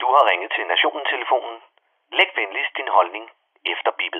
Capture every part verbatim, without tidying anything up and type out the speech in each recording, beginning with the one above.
Du har ringet til Nationen-telefonen. Læg venligst din holdning efter bippet.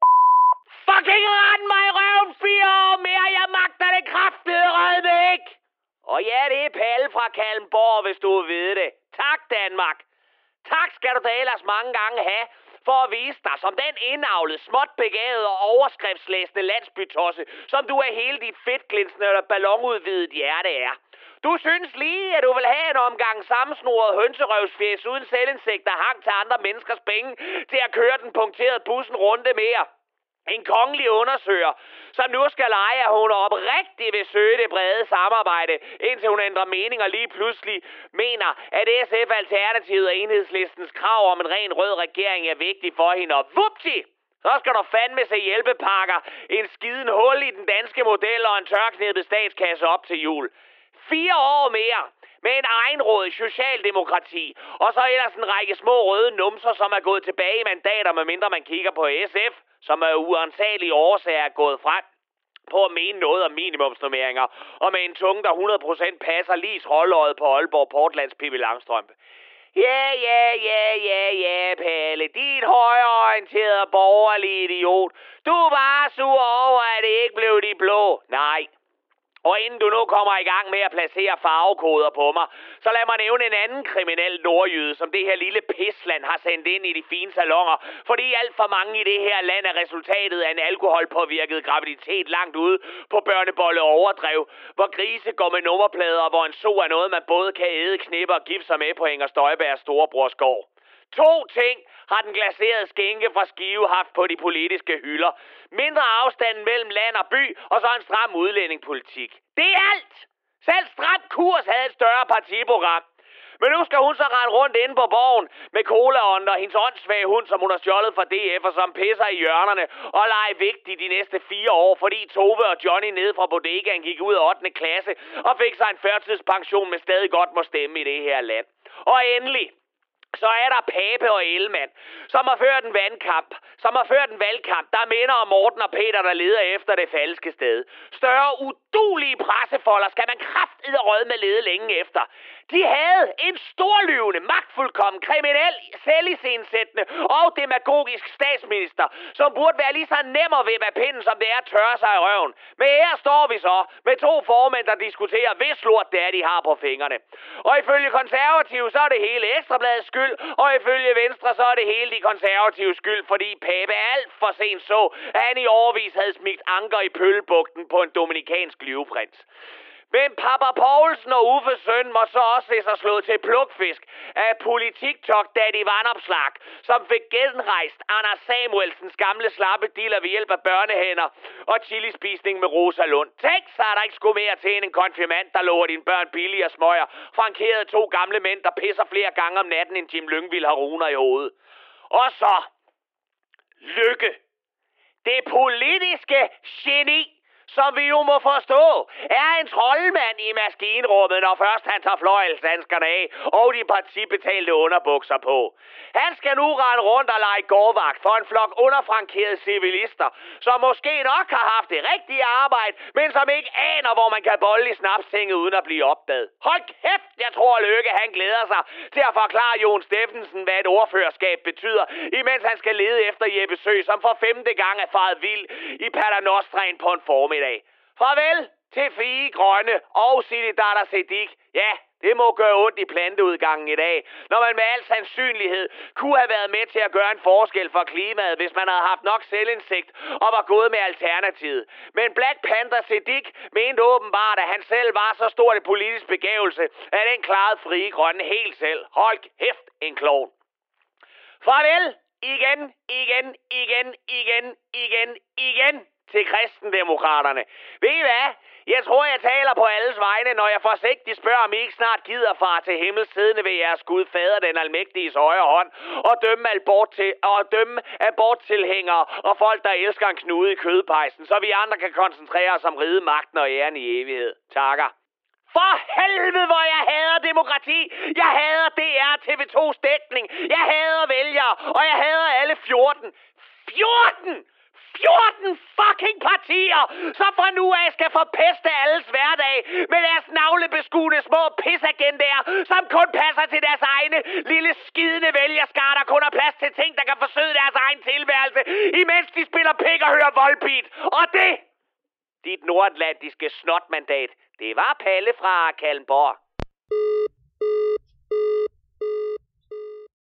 Fucking rend mig i røven fire år mere, jeg magter det kraftedeme ikke! Og ja, det er Palle fra Kalmborg, hvis du ved det. Tak, Danmark. Tak skal du da ellers mange gange have, for at vise dig som den indavlede, småt begavede og overskriftslæsende landsbytosse, som du er hele dit fedtglinsende eller ballonudvidet hjerte er. Du synes lige, at du vil have en omgang sammensnoret hønserøvsfjæs uden selvindsigt, der hang til andre menneskers penge til at køre den punkterede bussen runde mere. En kongelig undersøger, som nu skal lege, at hun oprigtigt vil søge det brede samarbejde, indtil hun ændrer mening og lige pludselig mener, at S F Alternativet og Enhedslistens krav om en ren rød regering er vigtig for hende. Og vupti! Så skal du fandme se hjælpepakker, en skiden hul i den danske model og en tørknæppet statskasse op til jul. Fire år mere med en egenrådig socialdemokrati, og så ellers en række små røde numser, som er gået tilbage i mandater, medmindre man kigger på S F, som er uansagelige årsager gået frem på at mene noget om minimumsnormeringer, og med en tunge, der hundrede procent passer lige holdøjet på Aalborg Portlands Pippi Langstrømpe. Ja, ja, ja, ja, ja, Palle, dit højreorienterede borgerlige idiot. Du er bare sur over, at det ikke blev de blå. Nej. Og inden du nu kommer i gang med at placere farvekoder på mig, så lad mig nævne en anden kriminel nordjyde, som det her lille pisland har sendt ind i de fine salonger, fordi alt for mange i det her land er resultatet af en alkoholpåvirket graviditet langt ude på børnebolle overdrev, hvor grise går med nummerplader, og hvor en so er noget, man både kan æde, knippe og give sig med på Inger Støjbergs storebrors gård. To ting har den glaserede skænke fra Skive haft på de politiske hylder. Mindre afstand mellem land og by, og så en stram udlændingepolitik. Det er alt! Selv Stram Kurs havde et større partiprogram. Men nu skal hun så rende rundt inde på borgen med colaånd og hendes åndssvage hund, som hun har stjålet fra D F, og som pisser i hjørnerne og lege vigtig de næste fire år, fordi Tove og Johnny nede fra bodegaen gik ud af ottende klasse og fik sig en førtidspension, men stadig godt må stemme i det her land. Og endelig, så er der Pape og Ellemann, som har ført en vandkamp, som har ført en valgkamp, der minder om Morten og Peter, der leder efter det falske sted. Større udulige pressefolder skal man kraftedderrød med lede længe efter. De havde en storlyvende, magtfuldkommen, kriminel, selvisensættende og demagogisk statsminister, som burde være lige så nem at vippe af pinden, som det er at tørre sig i røven. Men her står vi så med to formænd, der diskuterer, hvis lort det er, de har på fingrene. Og ifølge konservative, så er det hele Ekstrabladets skyld, og ifølge Venstre, så er det hele de konservative skyld, fordi Pape alt for sent så, at han i årevis havde smigt anker i Pøllebugten på en dominikansk livprins. Men Papa Poulsen og Uffes søn må så også se sig slået til plukfisk af politik-tok Daddy Vandopslag, som fik genrejst Anders Samuelsens gamle slappe diller ved hjælp af børnehænder og chilispisning med Rosa Lund. Tænk så, at der ikke skulle mere til end en konfirmand, der lover dine børn billige og smøger, frankerede to gamle mænd, der pisser flere gange om natten, end Jim Lyngvild har runer i hovedet. Og så Lykke. Det politiske geni, som vi jo må forstå, er en troldmand i maskinrummet, når først han tager fløjelsdanskerne af og de partibetalte underbukser på. Han skal nu rende rundt og lege gårdvagt for en flok underfrankerede civilister, som måske nok har haft det rigtige arbejde, men som ikke aner, hvor man kan bolle i snapstinget uden at blive opdaget. Hold kæft, jeg tror Lykke han glæder sig til at forklare Jon Steffensen, hvad et ordførerskab betyder, imens han skal lede efter Jeppe Sø, som for femte gang er faret vild i Paternostraen på en formiddag. Farvel til Fie Grønne og Siddhartha Siddique. Ja, det må gøre ondt i planteudgangen i dag, når man med al sandsynlighed kunne have været med til at gøre en forskel for klimaet, hvis man havde haft nok selvindsigt og var gået med alternativet. Men Black Panther Siddique mente åbenbart, at han selv var så stor en politisk begævelse, at den klarede Frie Grønne helt selv. Hold kæft, en klovn. Farvel igen, igen, igen, igen, igen, igen til kristendemokraterne. Ved I hvad? Jeg tror, jeg taler på alles vegne, når jeg forsigtigt spørger, om I ikke snart gider far til himmels siddende ved jeres Gud fader den almægtiges højre hånd, og dømme, abort til, og dømme aborttilhængere og folk, der elsker en knude i kødpejsen, så vi andre kan koncentrere os om ride magten og æren i evighed. Takker. For helvede, hvor jeg hader demokrati. Jeg hader D R T V to's dækning. Jeg hader vælgere, og jeg hader alle fjorten. fjorten! fjorten fucking partier, som fra nu af skal forpeste alles hverdag med deres navlebeskuende små pisagendaer, som kun passer til deres egne lille skidende vælgerskar, der kun har plads til ting, der kan forsøge deres egen tilværelse, imens de spiller pik og hører voldbeat. Og det, dit nordatlantiske snotmandat, det var Palle fra Kalmborg.